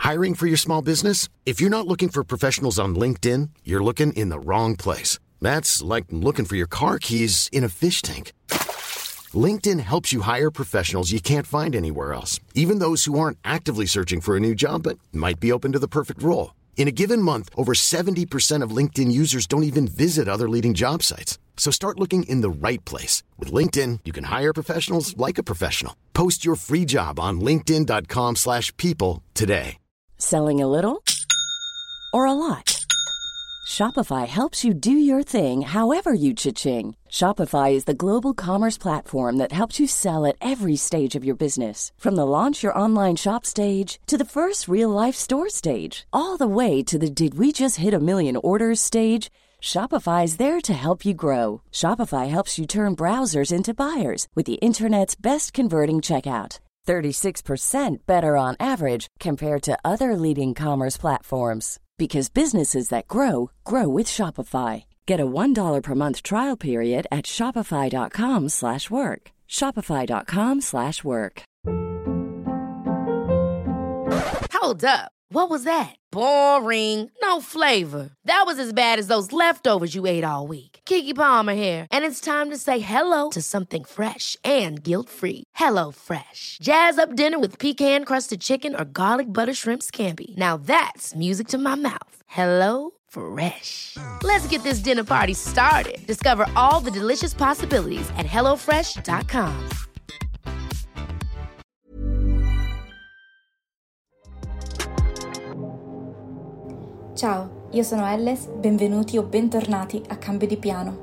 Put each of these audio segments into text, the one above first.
Hiring for your small business? If you're not looking for professionals on LinkedIn, you're looking in the wrong place. That's like looking for your car keys in a fish tank. LinkedIn helps you hire professionals you can't find anywhere else, even those who aren't actively searching for a new job but might be open to the perfect role. In a given month, over 70% of LinkedIn users don't even visit other leading job sites. So start looking in the right place. With LinkedIn, you can hire professionals like a professional. Post your free job on linkedin.com/people today. Selling a little or a lot? Shopify helps you do your thing however you cha-ching. Shopify is the global commerce platform that helps you sell at every stage of your business. From the launch your online shop stage to the first real-life store stage, all the way to the did we just hit a million orders stage. Shopify is there to help you grow. Shopify helps you turn browsers into buyers with the internet's best converting checkout. 36% better on average compared to other leading commerce platforms. Because businesses that grow, grow with Shopify. Get a $1 per month trial period at shopify.com/work. Shopify.com/work. Hold up. What was that? Boring. No flavor. That was as bad as those leftovers you ate all week. Keke Palmer here, and it's time to say hello to something fresh and guilt-free. Hello Fresh. Jazz up dinner with pecan-crusted chicken or garlic butter shrimp scampi. Now that's music to my mouth. Hello Fresh. Let's get this dinner party started. Discover all the delicious possibilities at hellofresh.com. Ciao, io sono Elles, benvenuti o bentornati a Cambio di Piano.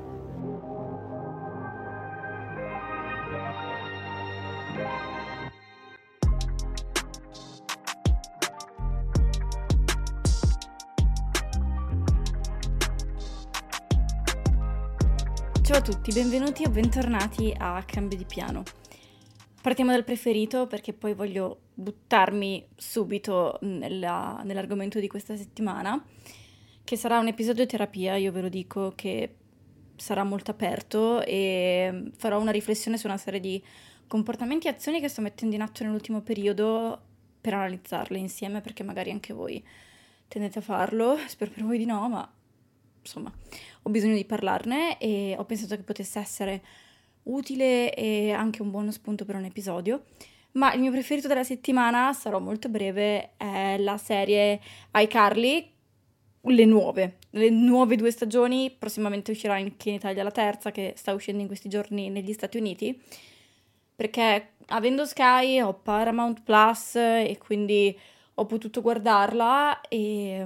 Ciao a tutti, benvenuti o bentornati a Cambio di Piano. Partiamo dal preferito perché poi voglio buttarmi subito nell'argomento di questa settimana, che sarà un episodio terapia, io ve lo dico, che sarà molto aperto e farò una riflessione su una serie di comportamenti e azioni che sto mettendo in atto nell'ultimo periodo per analizzarle insieme, perché magari anche voi tendete a farlo, spero per voi di no, ma insomma ho bisogno di parlarne e ho pensato che potesse essere utile e anche un buono spunto per un episodio. Ma il mio preferito della settimana, sarò molto breve, è la serie iCarly, le nuove 2 stagioni. Prossimamente uscirà anche in Italia la terza, che sta uscendo in questi giorni negli Stati Uniti, perché avendo Sky ho Paramount Plus e quindi ho potuto guardarla e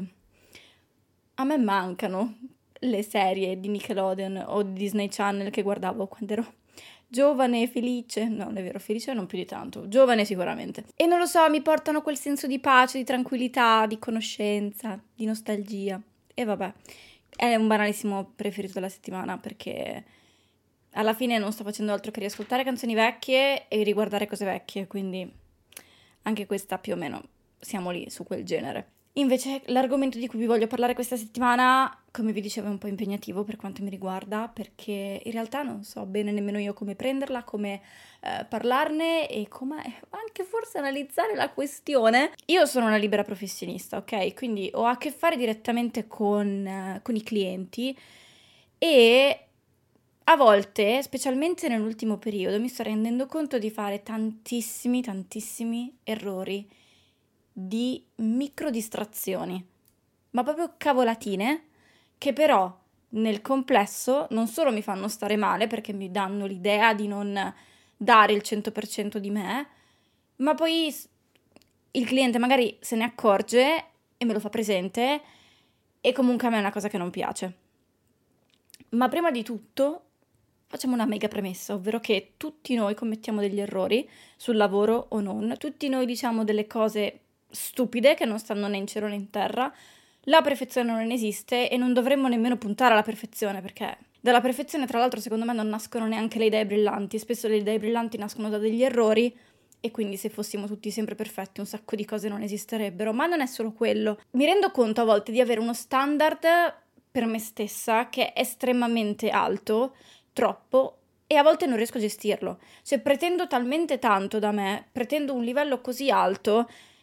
a me mancano le serie di Nickelodeon o di Disney Channel che guardavo quando ero giovane e felice. No, non è vero, felice non più di tanto, giovane sicuramente. E non lo so, mi portano quel senso di pace, di tranquillità, di conoscenza, di nostalgia. E vabbè, è un banalissimo preferito della settimana, perché alla fine non sto facendo altro che riascoltare canzoni vecchie e riguardare cose vecchie, quindi anche questa più o meno siamo lì su quel genere. Invece l'argomento di cui vi voglio parlare questa settimana, come vi dicevo, è un po' impegnativo per quanto mi riguarda, perché in realtà non so bene nemmeno io come prenderla, come parlarne e come anche forse analizzare la questione. Io sono una libera professionista, ok? Quindi ho a che fare direttamente con i clienti e a volte, specialmente nell'ultimo periodo, mi sto rendendo conto di fare tantissimi errori di micro distrazioni, ma proprio cavolatine, che però nel complesso non solo mi fanno stare male perché mi danno l'idea di non dare il 100% di me, ma poi il cliente magari se ne accorge e me lo fa presente e comunque a me è una cosa che non piace. Ma prima di tutto facciamo una mega premessa, ovvero che tutti noi commettiamo degli errori sul lavoro o non, tutti noi diciamo delle cose stupide che non stanno né in cielo né in terra. La perfezione non esiste e non dovremmo nemmeno puntare alla perfezione, perché dalla perfezione tra l'altro secondo me non nascono neanche le idee brillanti, spesso le idee brillanti nascono da degli errori e quindi se fossimo tutti sempre perfetti un sacco di cose non esisterebbero. Ma non è solo quello, mi rendo conto a volte di avere uno standard per me stessa che è estremamente alto, troppo, e a volte non riesco a gestirlo. Cioè pretendo talmente tanto da me, pretendo un livello così alto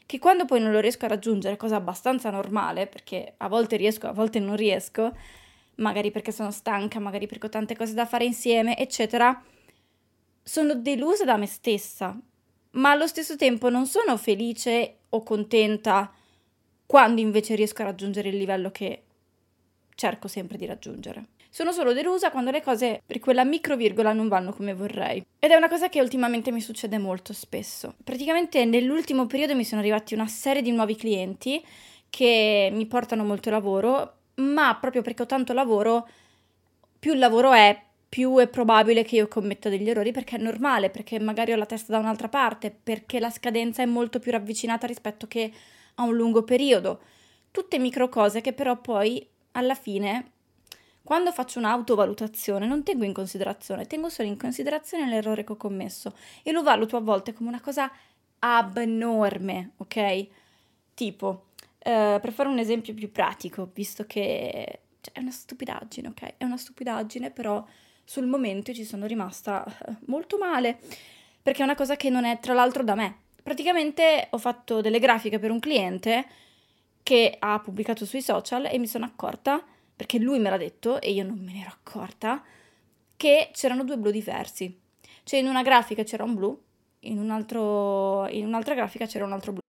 che quando poi non lo riesco a raggiungere, cosa abbastanza normale, perché a volte riesco, a volte non riesco, magari perché sono stanca, magari perché ho tante cose da fare insieme, eccetera, sono delusa da me stessa, ma allo stesso tempo non sono felice o contenta quando invece riesco a raggiungere il livello che cerco sempre di raggiungere. Sono solo delusa quando le cose per quella micro virgola non vanno come vorrei. Ed è una cosa che ultimamente mi succede molto spesso. Praticamente nell'ultimo periodo mi sono arrivati una serie di nuovi clienti che mi portano molto lavoro, ma proprio perché ho tanto lavoro, più il lavoro è, più è probabile che io commetta degli errori, perché è normale, perché magari ho la testa da un'altra parte, perché la scadenza è molto più ravvicinata rispetto che a un lungo periodo. Tutte micro cose che però poi alla fine, quando faccio un'autovalutazione, non tengo in considerazione, tengo solo in considerazione l'errore che ho commesso e lo valuto a volte come una cosa abnorme, ok? Tipo, per fare un esempio più pratico, visto che è una stupidaggine, ok? È una stupidaggine, però sul momento ci sono rimasta molto male, perché è una cosa che non è tra l'altro da me. Praticamente ho fatto delle grafiche per un cliente che ha pubblicato sui social e mi sono accorta, perché lui me l'ha detto e io non me ne ero accorta, che c'erano due blu diversi. Cioè in una grafica c'era un blu, in un'altra grafica c'era un altro blu.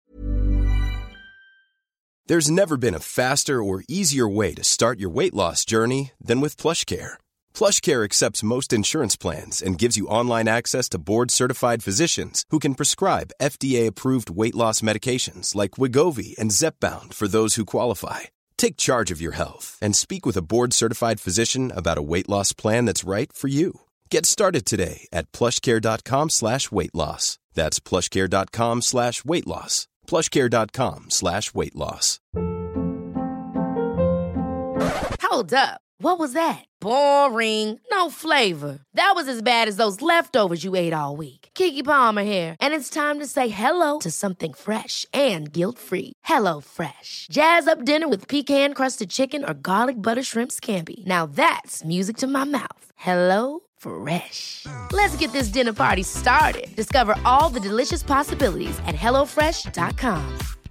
There's never been a faster or easier way to start your weight loss journey than with PlushCare. PlushCare accepts most insurance plans and gives you online access to board-certified physicians who can prescribe FDA-approved weight loss medications like Wegovy and Zepbound for those who qualify. Take charge of your health and speak with a board-certified physician about a weight loss plan that's right for you. Get started today at plushcare.com/weightloss. That's plushcare.com/weightloss. plushcare.com/weightloss. Hold up. What was that? Boring. No flavor. That was as bad as those leftovers you ate all week. Keke Palmer here, and it's time to say hello to something fresh and guilt-free. Hello Fresh. Jazz up dinner with pecan-crusted chicken or garlic butter shrimp scampi. Now that's music to my mouth. Hello Fresh. Let's get this dinner party started. Discover all the delicious possibilities at hellofresh.com.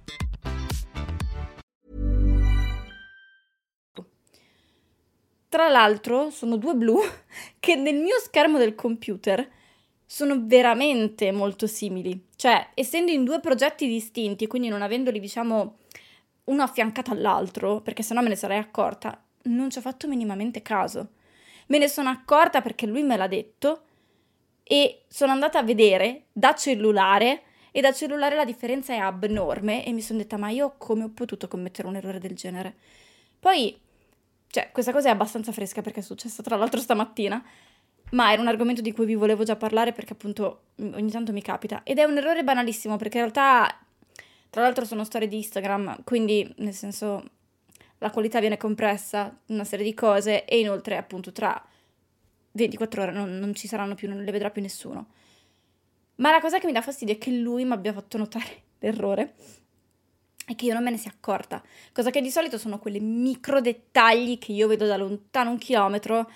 Tra l'altro sono due blu che nel mio schermo del computer sono veramente molto simili. Cioè, essendo in due progetti distinti, quindi non avendoli, diciamo, uno affiancato all'altro, perché sennò me ne sarei accorta, non ci ho fatto minimamente caso. Me ne sono accorta perché lui me l'ha detto e sono andata a vedere da cellulare e da cellulare la differenza è abnorme e mi sono detta ma io come ho potuto commettere un errore del genere? Poi, cioè, questa cosa è abbastanza fresca perché è successa tra l'altro stamattina, ma era un argomento di cui vi volevo già parlare perché appunto ogni tanto mi capita ed è un errore banalissimo perché in realtà tra l'altro sono storie di Instagram, quindi nel senso la qualità viene compressa, una serie di cose e inoltre appunto tra 24 ore non ci saranno più, non le vedrà più nessuno. Ma la cosa che mi dà fastidio è che lui mi abbia fatto notare l'errore e che io non me ne sia accorta, cosa che di solito sono quelle micro dettagli che io vedo da lontano 1 chilometro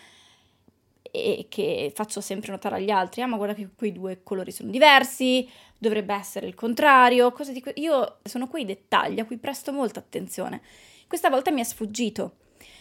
e che faccio sempre notare agli altri, ma guarda che quei due colori sono diversi, dovrebbe essere il contrario, cose di io sono quei dettagli a cui presto molta attenzione. Questa volta mi è sfuggito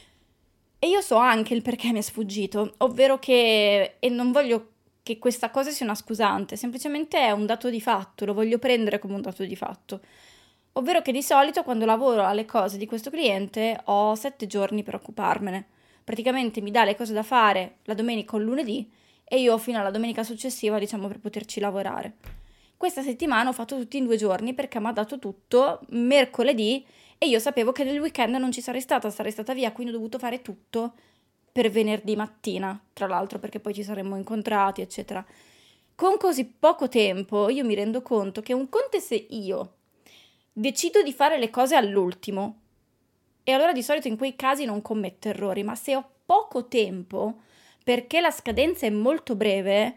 e io so anche il perché mi è sfuggito, ovvero che, e non voglio che questa cosa sia una scusante, semplicemente è un dato di fatto, lo voglio prendere come un dato di fatto, ovvero che di solito quando lavoro alle cose di questo cliente ho 7 giorni per occuparmene. Praticamente mi dà le cose da fare la domenica o il lunedì e io fino alla domenica successiva, diciamo, per poterci lavorare. Questa settimana ho fatto tutti in 2 giorni perché mi ha dato tutto mercoledì e io sapevo che nel weekend non ci sarei stata via, quindi ho dovuto fare tutto per venerdì mattina, tra l'altro perché poi ci saremmo incontrati, eccetera. Con così poco tempo io mi rendo conto che un conto è se io decido di fare le cose all'ultimo, e allora di solito in quei casi non commetto errori, ma se ho poco tempo, perché la scadenza è molto breve,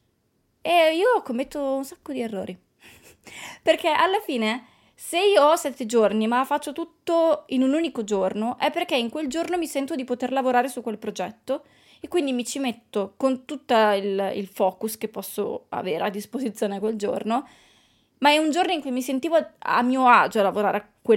io commetto un sacco di errori. Perché alla fine, se io ho 7 giorni, ma faccio tutto in un unico giorno, è perché in quel giorno mi sento di poter lavorare su quel progetto e quindi mi ci metto con tutto il focus che posso avere a disposizione quel giorno ma è un giorno in cui mi sentivo a mio agio a lavorare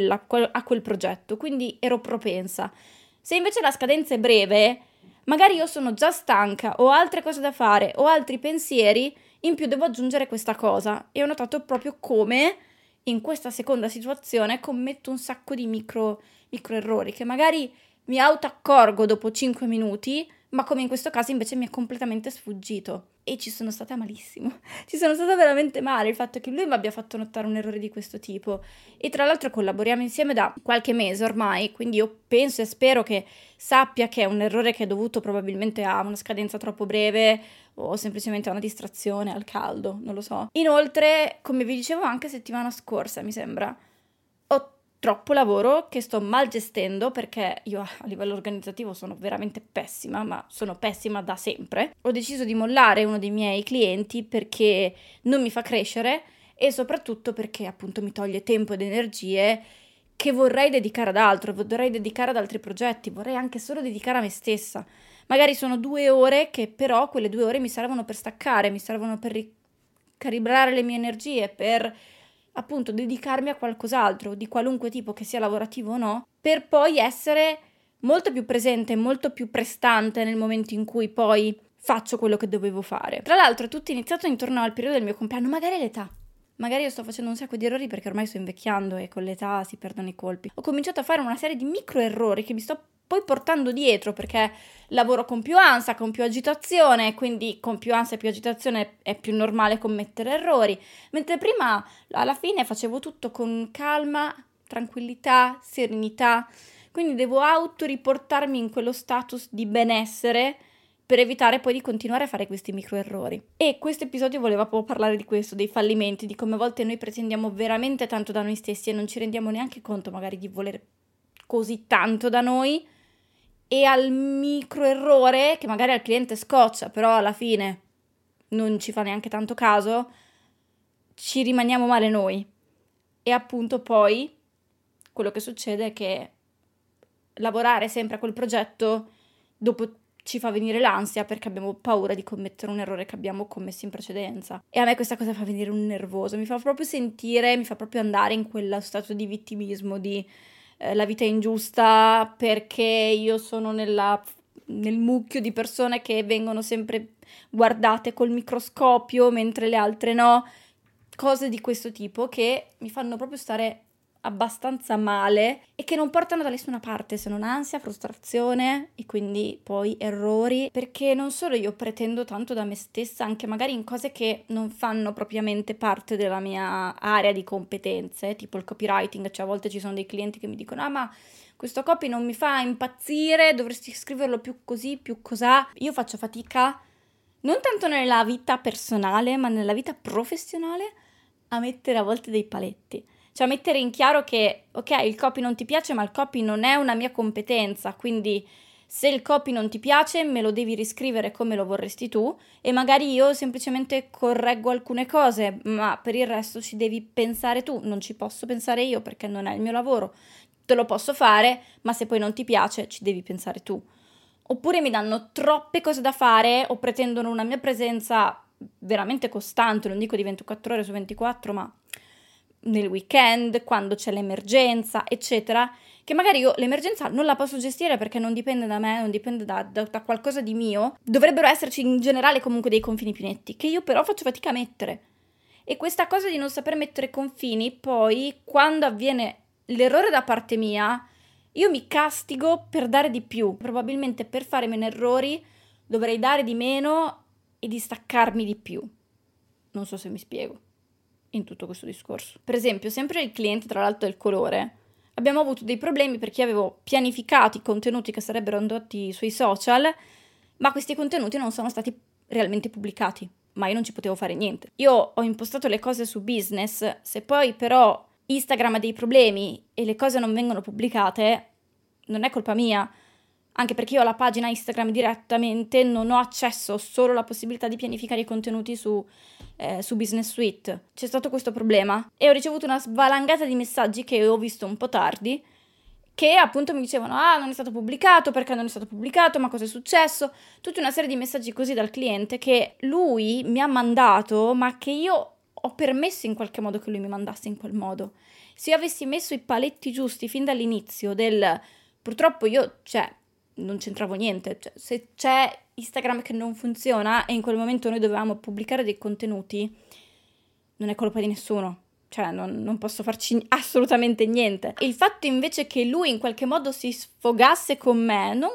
a quel progetto, quindi ero propensa. Se invece la scadenza è breve, magari io sono già stanca, ho altre cose da fare, ho altri pensieri, in più devo aggiungere questa cosa. E ho notato proprio come in questa seconda situazione commetto un sacco di micro errori che magari mi autoaccorgo dopo 5 minuti, ma come in questo caso invece mi è completamente sfuggito. E ci sono stata malissimo. Ci sono stata veramente male il fatto che lui mi abbia fatto notare un errore di questo tipo. E tra l'altro collaboriamo insieme da qualche mese ormai, quindi io penso e spero che sappia che è un errore che è dovuto probabilmente a una scadenza troppo breve o semplicemente a una distrazione, al caldo, non lo so. Inoltre, come vi dicevo anche settimana scorsa, mi sembra, ho troppo lavoro che sto mal gestendo perché io a livello organizzativo sono veramente pessima, ma sono pessima da sempre. Ho deciso di mollare uno dei miei clienti perché non mi fa crescere e soprattutto perché appunto mi toglie tempo ed energie che vorrei dedicare ad altro, vorrei dedicare ad altri progetti, vorrei anche solo dedicare a me stessa. Magari sono 2 ore che però quelle 2 ore mi servono per staccare, mi servono per ricalibrare le mie energie, per appunto dedicarmi a qualcos'altro, di qualunque tipo, che sia lavorativo o no, per poi essere molto più presente, molto più prestante nel momento in cui poi faccio quello che dovevo fare. Tra l'altro è tutto iniziato intorno al periodo del mio compleanno, magari l'età. Magari io sto facendo un sacco di errori perché ormai sto invecchiando e con l'età si perdono i colpi. Ho cominciato a fare una serie di micro errori che mi sto poi portando dietro perché lavoro con più ansia, con più agitazione, quindi con più ansia e più agitazione è più normale commettere errori, mentre prima alla fine facevo tutto con calma, tranquillità, serenità, quindi devo autoriportarmi in quello status di benessere per evitare poi di continuare a fare questi micro errori. E questo episodio voleva proprio parlare di questo, dei fallimenti, di come a volte noi pretendiamo veramente tanto da noi stessi e non ci rendiamo neanche conto magari di voler così tanto da noi, e al micro errore che magari al cliente scoccia, però alla fine non ci fa neanche tanto caso, ci rimaniamo male noi. E appunto poi quello che succede è che lavorare sempre a quel progetto dopo ci fa venire l'ansia perché abbiamo paura di commettere un errore che abbiamo commesso in precedenza. E a me questa cosa fa venire un nervoso, mi fa proprio sentire, mi fa proprio andare in quello stato di vittimismo, di la vita è ingiusta perché io sono nel mucchio di persone che vengono sempre guardate col microscopio mentre le altre no, cose di questo tipo che mi fanno proprio stare abbastanza male e che non portano da nessuna parte se non ansia, frustrazione e quindi poi errori, perché non solo io pretendo tanto da me stessa, anche magari in cose che non fanno propriamente parte della mia area di competenze, tipo il copywriting, cioè a volte ci sono dei clienti che mi dicono ma questo copy non mi fa impazzire, dovresti scriverlo più così, più cosà. Io faccio fatica non tanto nella vita personale ma nella vita professionale a mettere a volte dei paletti. Cioè mettere in chiaro che, ok, il copy non ti piace, ma il copy non è una mia competenza, quindi se il copy non ti piace me lo devi riscrivere come lo vorresti tu e magari io semplicemente correggo alcune cose, ma per il resto ci devi pensare tu, non ci posso pensare io perché non è il mio lavoro. Te lo posso fare, ma se poi non ti piace ci devi pensare tu. Oppure mi danno troppe cose da fare o pretendono una mia presenza veramente costante, non dico di 24 ore su 24, ma nel weekend, quando c'è l'emergenza, eccetera, che magari io l'emergenza non la posso gestire perché non dipende da me, non dipende da qualcosa di mio. Dovrebbero esserci in generale comunque dei confini più netti, che io però faccio fatica a mettere. E questa cosa di non saper mettere confini, poi, quando avviene l'errore da parte mia, io mi castigo per dare di più. Probabilmente per fare meno errori dovrei dare di meno e distaccarmi di più. Non so se mi spiego in tutto questo discorso. Per esempio, sempre il cliente, tra l'altro, del colore, abbiamo avuto dei problemi perché avevo pianificato i contenuti che sarebbero andati sui social, ma questi contenuti non sono stati realmente pubblicati, ma io non ci potevo fare niente. Io ho impostato le cose su business, se poi però Instagram ha dei problemi e le cose non vengono pubblicate, non è colpa mia, anche perché io alla pagina Instagram direttamente non ho accesso, ho solo la possibilità di pianificare i contenuti su Business Suite. C'è stato questo problema e ho ricevuto una svalangata di messaggi che ho visto un po' tardi, che appunto mi dicevano non è stato pubblicato, perché non è stato pubblicato, ma cosa è successo? Tutta una serie di messaggi così dal cliente che lui mi ha mandato, ma che io ho permesso in qualche modo che lui mi mandasse in quel modo. Se io avessi messo i paletti giusti fin dall'inizio purtroppo io, non c'entravo niente, se c'è Instagram che non funziona e in quel momento noi dovevamo pubblicare dei contenuti, non è colpa di nessuno. Non posso farci assolutamente niente. Il fatto invece che lui in qualche modo si sfogasse con me non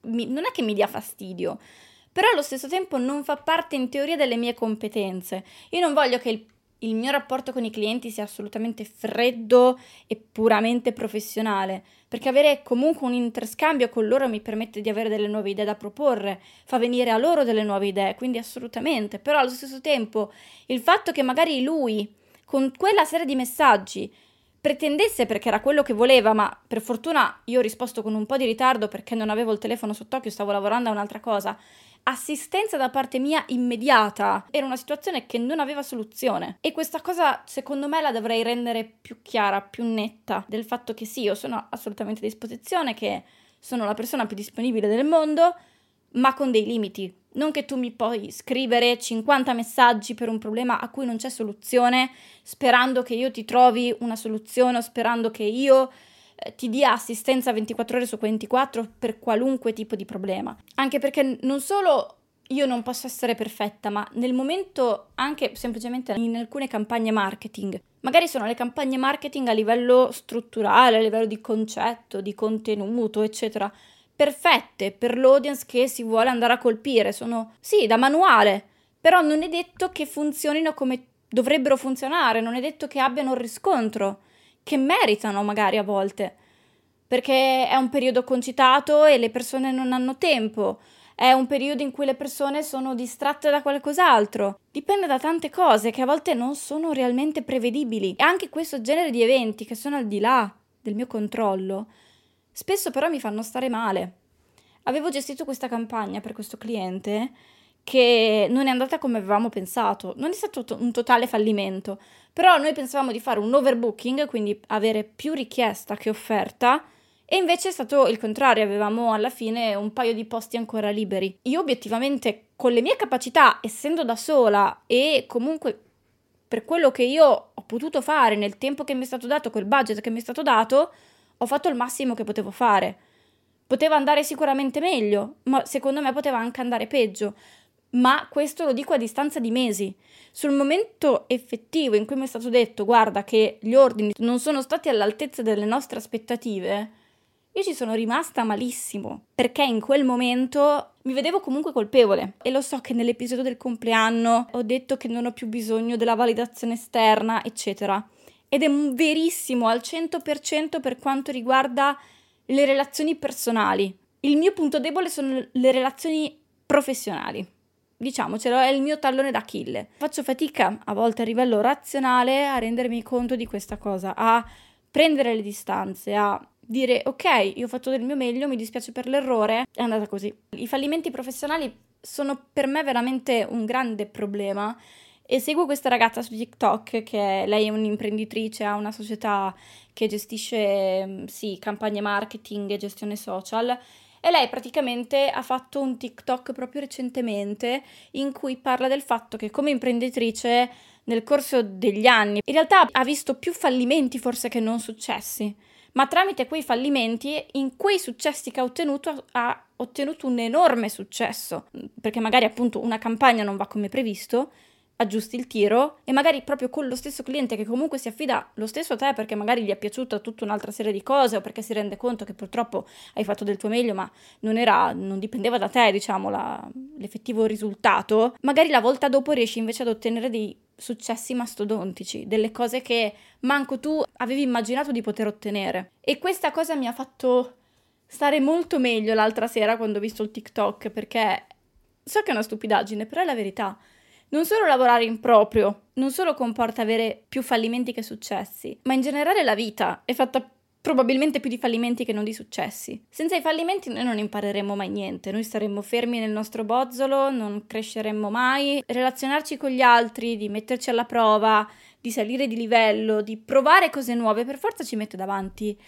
è che mi dia fastidio, però allo stesso tempo non fa parte in teoria delle mie competenze. Io non voglio che il mio rapporto con i clienti sia assolutamente freddo e puramente professionale, perché avere comunque un interscambio con loro mi permette di avere delle nuove idee da proporre, fa venire a loro delle nuove idee, quindi assolutamente. Però allo stesso tempo il fatto che magari lui con quella serie di messaggi pretendesse, perché era quello che voleva, ma per fortuna io ho risposto con un po' di ritardo perché non avevo il telefono sott'occhio, stavo lavorando a un'altra cosa, assistenza da parte mia immediata, era una situazione che non aveva soluzione. E questa cosa secondo me la dovrei rendere più chiara, più netta, del fatto che sì, io sono assolutamente a disposizione, che sono la persona più disponibile del mondo, ma con dei limiti. Non che tu mi puoi scrivere 50 messaggi per un problema a cui non c'è soluzione, sperando che io ti trovi una soluzione o sperando che io ti dia assistenza 24 ore su 24 per qualunque tipo di problema. Anche perché non solo io non posso essere perfetta, ma nel momento anche semplicemente in alcune campagne marketing, magari sono le campagne marketing a livello strutturale, a livello di concetto, di contenuto, eccetera, perfette per l'audience che si vuole andare a colpire, sono sì da manuale, però non è detto che funzionino come dovrebbero funzionare, non è detto che abbiano un riscontro che meritano magari a volte, perché è un periodo concitato e le persone non hanno tempo, è un periodo in cui le persone sono distratte da qualcos'altro, dipende da tante cose che a volte non sono realmente prevedibili. E anche questo genere di eventi che sono al di là del mio controllo spesso però mi fanno stare male. Avevo gestito questa campagna per questo cliente che non è andata come avevamo pensato. Non è stato un totale fallimento, però noi pensavamo di fare un overbooking, quindi avere più richiesta che offerta, e invece è stato il contrario, avevamo alla fine un paio di posti ancora liberi. Io obiettivamente, con le mie capacità, essendo da sola e comunque per quello che io ho potuto fare nel tempo che mi è stato dato, col budget che mi è stato dato, ho fatto il massimo che potevo fare. Poteva andare sicuramente meglio, ma secondo me poteva anche andare peggio. Ma questo lo dico a distanza di mesi. Sul momento effettivo in cui mi è stato detto guarda che gli ordini non sono stati all'altezza delle nostre aspettative, io ci sono rimasta malissimo, perché in quel momento mi vedevo comunque colpevole. E lo so che nell'episodio del compleanno ho detto che non ho più bisogno della validazione esterna, eccetera. Ed è verissimo al 100% per quanto riguarda le relazioni personali. Il mio punto debole sono le relazioni professionali. Diciamocelo, è il mio tallone d'Achille. Faccio fatica a volte a livello razionale a rendermi conto di questa cosa, a prendere le distanze, a dire ok, io ho fatto del mio meglio, mi dispiace per l'errore, è andata così. I fallimenti professionali sono per me veramente un grande problema. E seguo questa ragazza su TikTok lei è un'imprenditrice, ha una società che gestisce campagne marketing e gestione social, e lei praticamente ha fatto un TikTok proprio recentemente in cui parla del fatto che come imprenditrice nel corso degli anni in realtà ha visto più fallimenti forse che non successi, ma tramite quei fallimenti, in quei successi che ha ottenuto un enorme successo, perché magari appunto una campagna non va come previsto, aggiusti il tiro e magari proprio con lo stesso cliente che comunque si affida lo stesso a te perché magari gli è piaciuta tutta un'altra serie di cose o perché si rende conto che purtroppo hai fatto del tuo meglio ma non dipendeva da te, diciamo, l'effettivo risultato, magari la volta dopo riesci invece ad ottenere dei successi mastodontici, delle cose che manco tu avevi immaginato di poter ottenere. E questa cosa mi ha fatto stare molto meglio l'altra sera quando ho visto il TikTok, perché so che è una stupidaggine, però è la verità. Non solo lavorare in proprio, non solo comporta avere più fallimenti che successi, ma in generale la vita è fatta probabilmente più di fallimenti che non di successi. Senza i fallimenti noi non impareremmo mai niente, noi staremmo fermi nel nostro bozzolo, non cresceremmo mai. Relazionarci con gli altri, di metterci alla prova, di salire di livello, di provare cose nuove, per forza ci mette davanti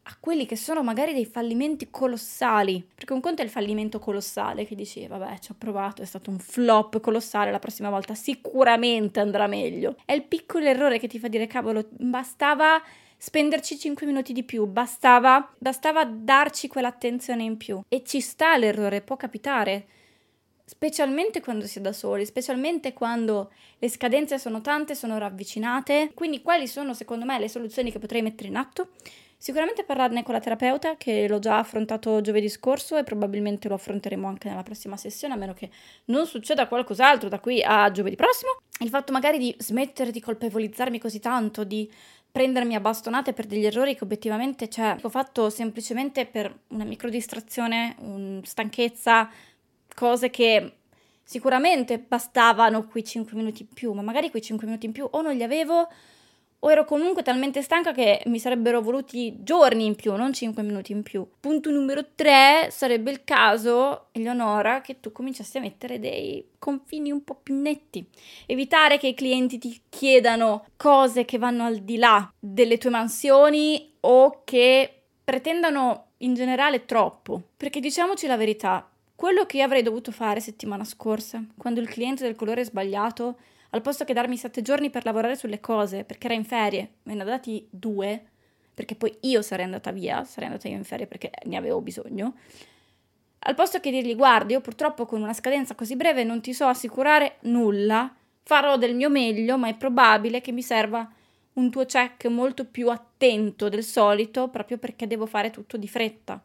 a quelli che sono magari dei fallimenti colossali, perché un conto è il fallimento colossale che dici vabbè ci ho provato, è stato un flop colossale, la prossima volta sicuramente andrà meglio. È il piccolo errore che ti fa dire cavolo, bastava spenderci 5 minuti di più, bastava darci quell'attenzione in più. E ci sta l'errore, può capitare, specialmente quando si è da soli, specialmente quando le scadenze sono tante, sono ravvicinate. Quindi quali sono secondo me le soluzioni che potrei mettere in atto? Sicuramente parlarne con la terapeuta, che l'ho già affrontato giovedì scorso e probabilmente lo affronteremo anche nella prossima sessione, a meno che non succeda qualcos'altro da qui a giovedì prossimo. Il fatto magari di smettere di colpevolizzarmi così tanto, di prendermi a bastonate per degli errori che obiettivamente ho fatto semplicemente per una microdistrazione, stanchezza, cose che sicuramente bastavano quei 5 minuti in più, ma magari quei 5 minuti in più o non li avevo o ero comunque talmente stanca che mi sarebbero voluti giorni in più, non 5 minuti in più. Punto numero 3, sarebbe il caso, Eleonora, che tu cominciassi a mettere dei confini un po' più netti. Evitare che i clienti ti chiedano cose che vanno al di là delle tue mansioni o che pretendano in generale troppo. Perché diciamoci la verità, quello che io avrei dovuto fare settimana scorsa, quando il cliente del colore sbagliato, al posto che darmi 7 giorni per lavorare sulle cose, perché era in ferie, me ne ha dati 2, perché poi io sarei andata io in ferie perché ne avevo bisogno, al posto che dirgli guarda, io purtroppo con una scadenza così breve non ti so assicurare nulla, farò del mio meglio, ma è probabile che mi serva un tuo check molto più attento del solito, proprio perché devo fare tutto di fretta.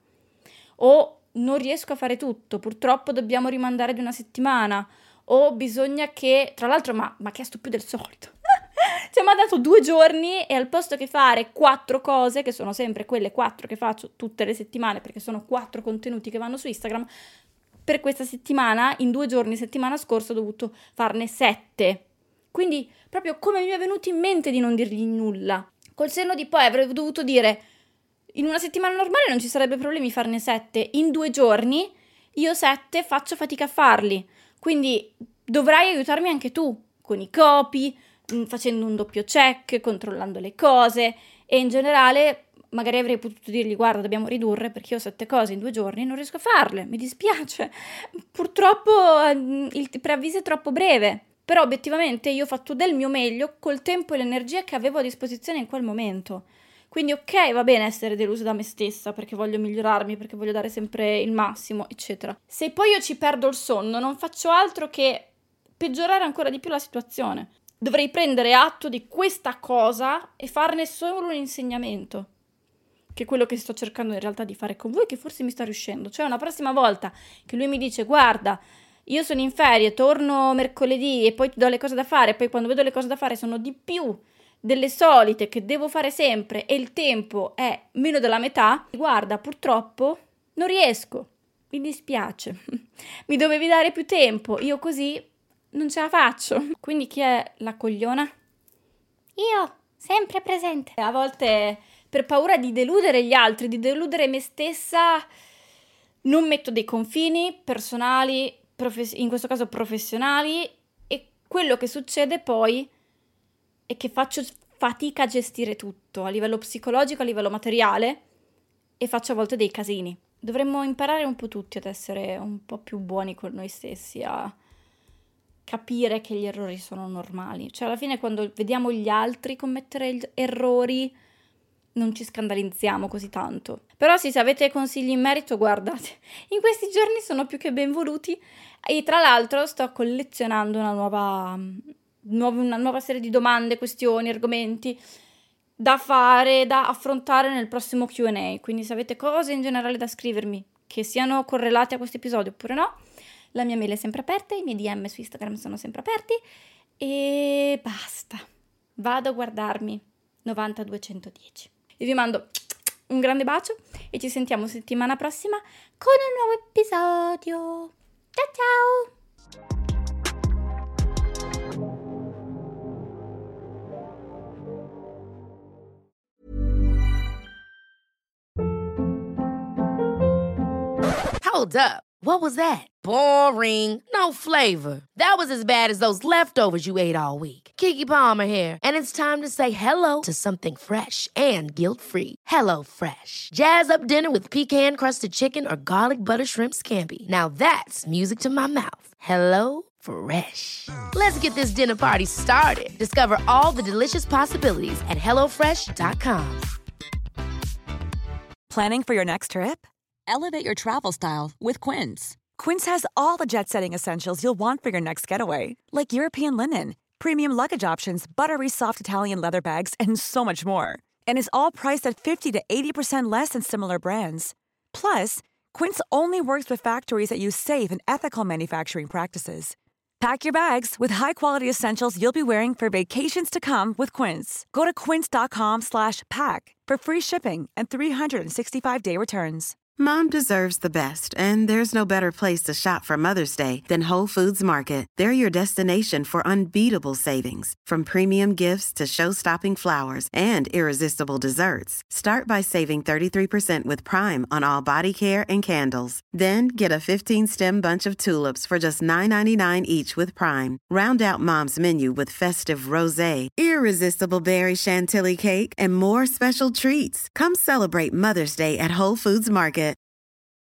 O non riesco a fare tutto, purtroppo dobbiamo rimandare di una settimana, o bisogna che, tra l'altro mi ha chiesto più del solito, cioè mi ha dato 2 giorni e al posto che fare 4 cose, che sono sempre quelle 4 che faccio tutte le settimane, perché sono 4 contenuti che vanno su Instagram, per questa settimana, in 2 giorni, settimana scorsa ho dovuto farne 7, quindi proprio come mi è venuto in mente di non dirgli nulla, col senno di poi avrei dovuto dire in una settimana normale non ci sarebbe problemi farne 7, in 2 giorni io 7 faccio fatica a farli. Quindi dovrai aiutarmi anche tu, con i copy, facendo un doppio check, controllando le cose e in generale magari avrei potuto dirgli guarda dobbiamo ridurre perché io ho 7 cose in 2 giorni e non riesco a farle, mi dispiace, purtroppo il preavviso è troppo breve, però obiettivamente io ho fatto del mio meglio col tempo e l'energia che avevo a disposizione in quel momento. Quindi ok, va bene essere delusa da me stessa perché voglio migliorarmi, perché voglio dare sempre il massimo, eccetera. Se poi io ci perdo il sonno, non faccio altro che peggiorare ancora di più la situazione. Dovrei prendere atto di questa cosa e farne solo un insegnamento, che è quello che sto cercando in realtà di fare con voi, che forse mi sta riuscendo. Cioè una prossima volta che lui mi dice guarda, io sono in ferie, torno mercoledì e poi ti do le cose da fare, poi quando vedo le cose da fare sono di più delle solite che devo fare sempre e il tempo è meno della metà, guarda, purtroppo non riesco, mi dispiace, mi dovevi dare più tempo, io così non ce la faccio. Quindi chi è la cogliona? Io, sempre presente. A volte per paura di deludere gli altri, di deludere me stessa, non metto dei confini personali, in questo caso professionali, e quello che succede poi e che faccio fatica a gestire tutto, a livello psicologico, a livello materiale, e faccio a volte dei casini. Dovremmo imparare un po' tutti ad essere un po' più buoni con noi stessi, a capire che gli errori sono normali. Cioè alla fine quando vediamo gli altri commettere errori non ci scandalizziamo così tanto. Però sì, se avete consigli in merito, guardate, in questi giorni sono più che benvoluti e tra l'altro sto collezionando una nuova serie di domande, questioni, argomenti da fare, da affrontare nel prossimo Q&A. Quindi se avete cose in generale da scrivermi che siano correlate a questo episodio oppure no, la mia mail è sempre aperta, i miei DM su Instagram sono sempre aperti e basta. Vado a guardarmi 90210. Io vi mando un grande bacio e ci sentiamo settimana prossima con un nuovo episodio. Ciao ciao! Hold up. What was that? Boring. No flavor. That was as bad as those leftovers you ate all week. Keke Palmer here, and it's time to say hello to something fresh and guilt-free. Hello Fresh. Jazz up dinner with pecan-crusted chicken or garlic butter shrimp scampi. Now that's music to my mouth. Hello Fresh. Let's get this dinner party started. Discover all the delicious possibilities at hellofresh.com. Planning for your next trip? Elevate your travel style with Quince. Quince has all the jet-setting essentials you'll want for your next getaway, like European linen, premium luggage options, buttery soft Italian leather bags, and so much more. And is all priced at 50 to 80% less than similar brands. Plus, Quince only works with factories that use safe and ethical manufacturing practices. Pack your bags with high-quality essentials you'll be wearing for vacations to come with Quince. Go to quince.com/pack for free shipping and 365-day returns. Mom deserves the best, and there's no better place to shop for Mother's Day than Whole Foods Market. They're your destination for unbeatable savings, from premium gifts to show-stopping flowers and irresistible desserts. Start by saving 33% with Prime on all body care and candles. Then get a 15-stem bunch of tulips for just $9.99 each with Prime. Round out Mom's menu with festive rosé, irresistible berry chantilly cake, and more special treats. Come celebrate Mother's Day at Whole Foods Market.